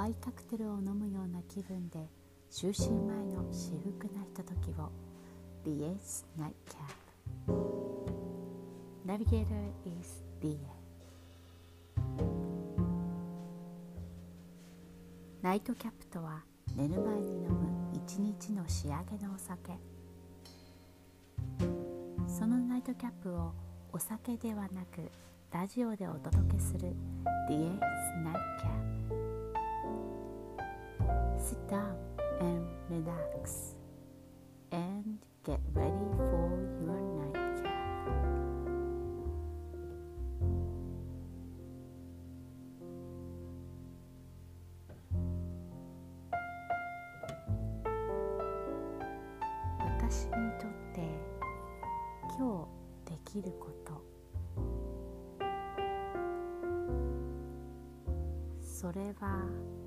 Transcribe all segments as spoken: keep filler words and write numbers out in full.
甘いカクテルを飲むような気分で就寝前の至福なひとときを Lia's Nightcap Navigator is Lia。 ナイトキャップとは寝る前に飲む一日の仕上げのお酒。そのナイトキャップをお酒ではなくラジオでお届けする Lia's Nightcap。Sit down and relax and get ready for your nightcap。 私にとって今日できること、それは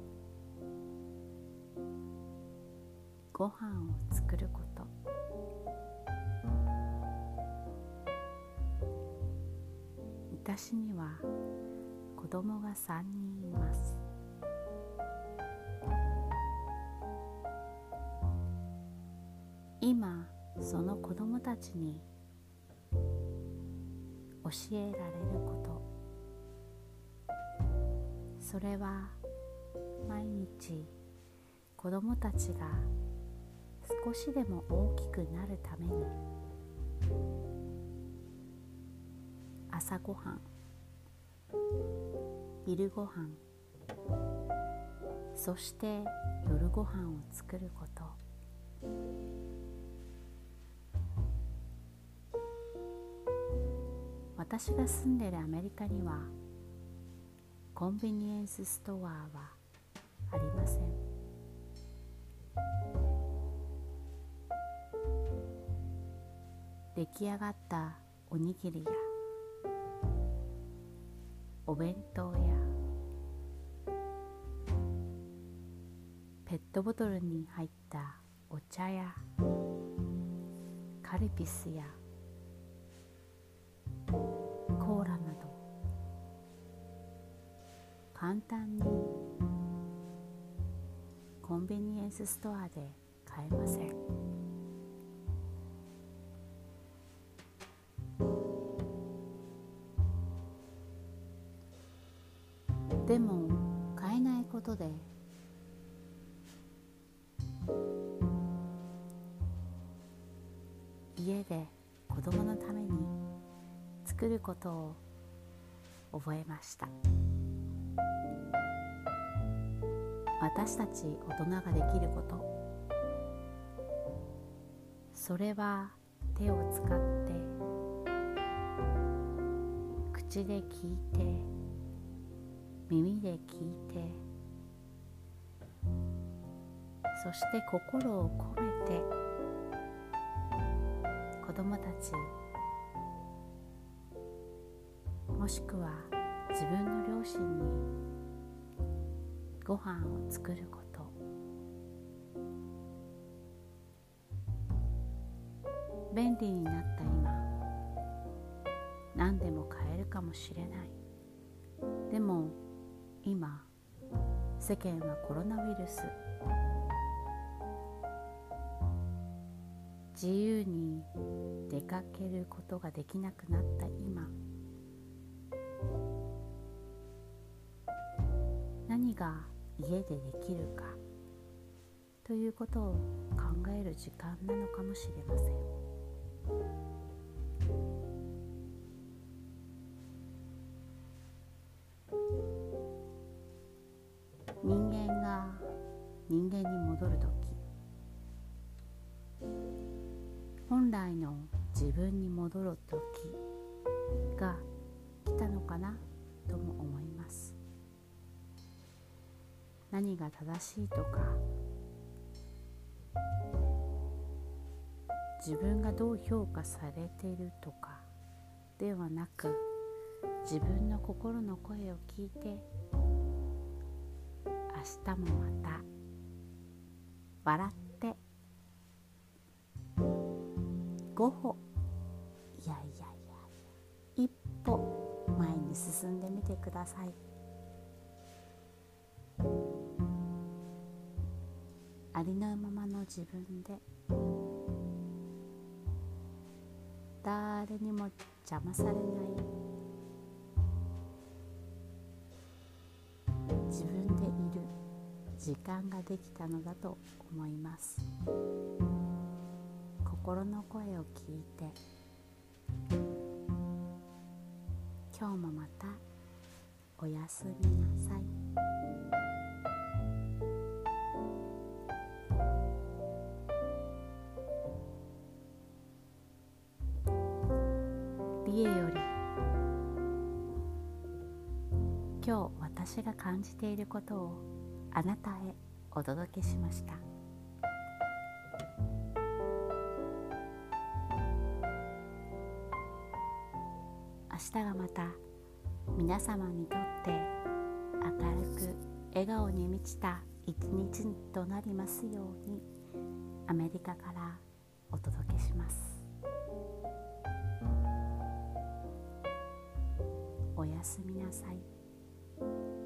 ご飯を作ること。私には子供がさんにんいます。今その子供たちに教えられること、それは毎日子供たちが少しでも大きくなるために朝ごはん、昼ごはん、そして夜ごはんを作ること。私が住んでいるアメリカにはコンビニエンスストアはありません。出来上がったおにぎりやお弁当やペットボトルに入ったお茶やカルピスやコーラなど簡単にコンビニエンスストアで買えません。でも買えないことで家で子供のために作ることを覚えました。私たち大人ができること、それは手を使って口で聞いて耳で聞いて、そして心を込めて子供たちもしくは自分の両親にご飯を作ること。便利になった今、何でも買えるかもしれない。でも今世間はコロナウイルス、自由に出かけることができなくなった今、何が家でできるかということを考える時間なのかもしれません。人間が人間に戻るとき、本来の自分に戻るときが来たのかなとも思います。何が正しいとか、自分がどう評価されているとかではなく、自分の心の声を聞いて、明日もまた笑ってご歩、いやいやいや一歩前に進んでみてください。 ありのままの自分で、誰にも邪魔されない自分でいる時間ができたのだと思います。心の声を聞いて、今日もまたおやすみなさい。リエより、今日私が感じていることをあなたへお届けしました。明日がまた皆様にとって明るく笑顔に満ちた一日となりますように、アメリカからお届けします。おやすみなさい。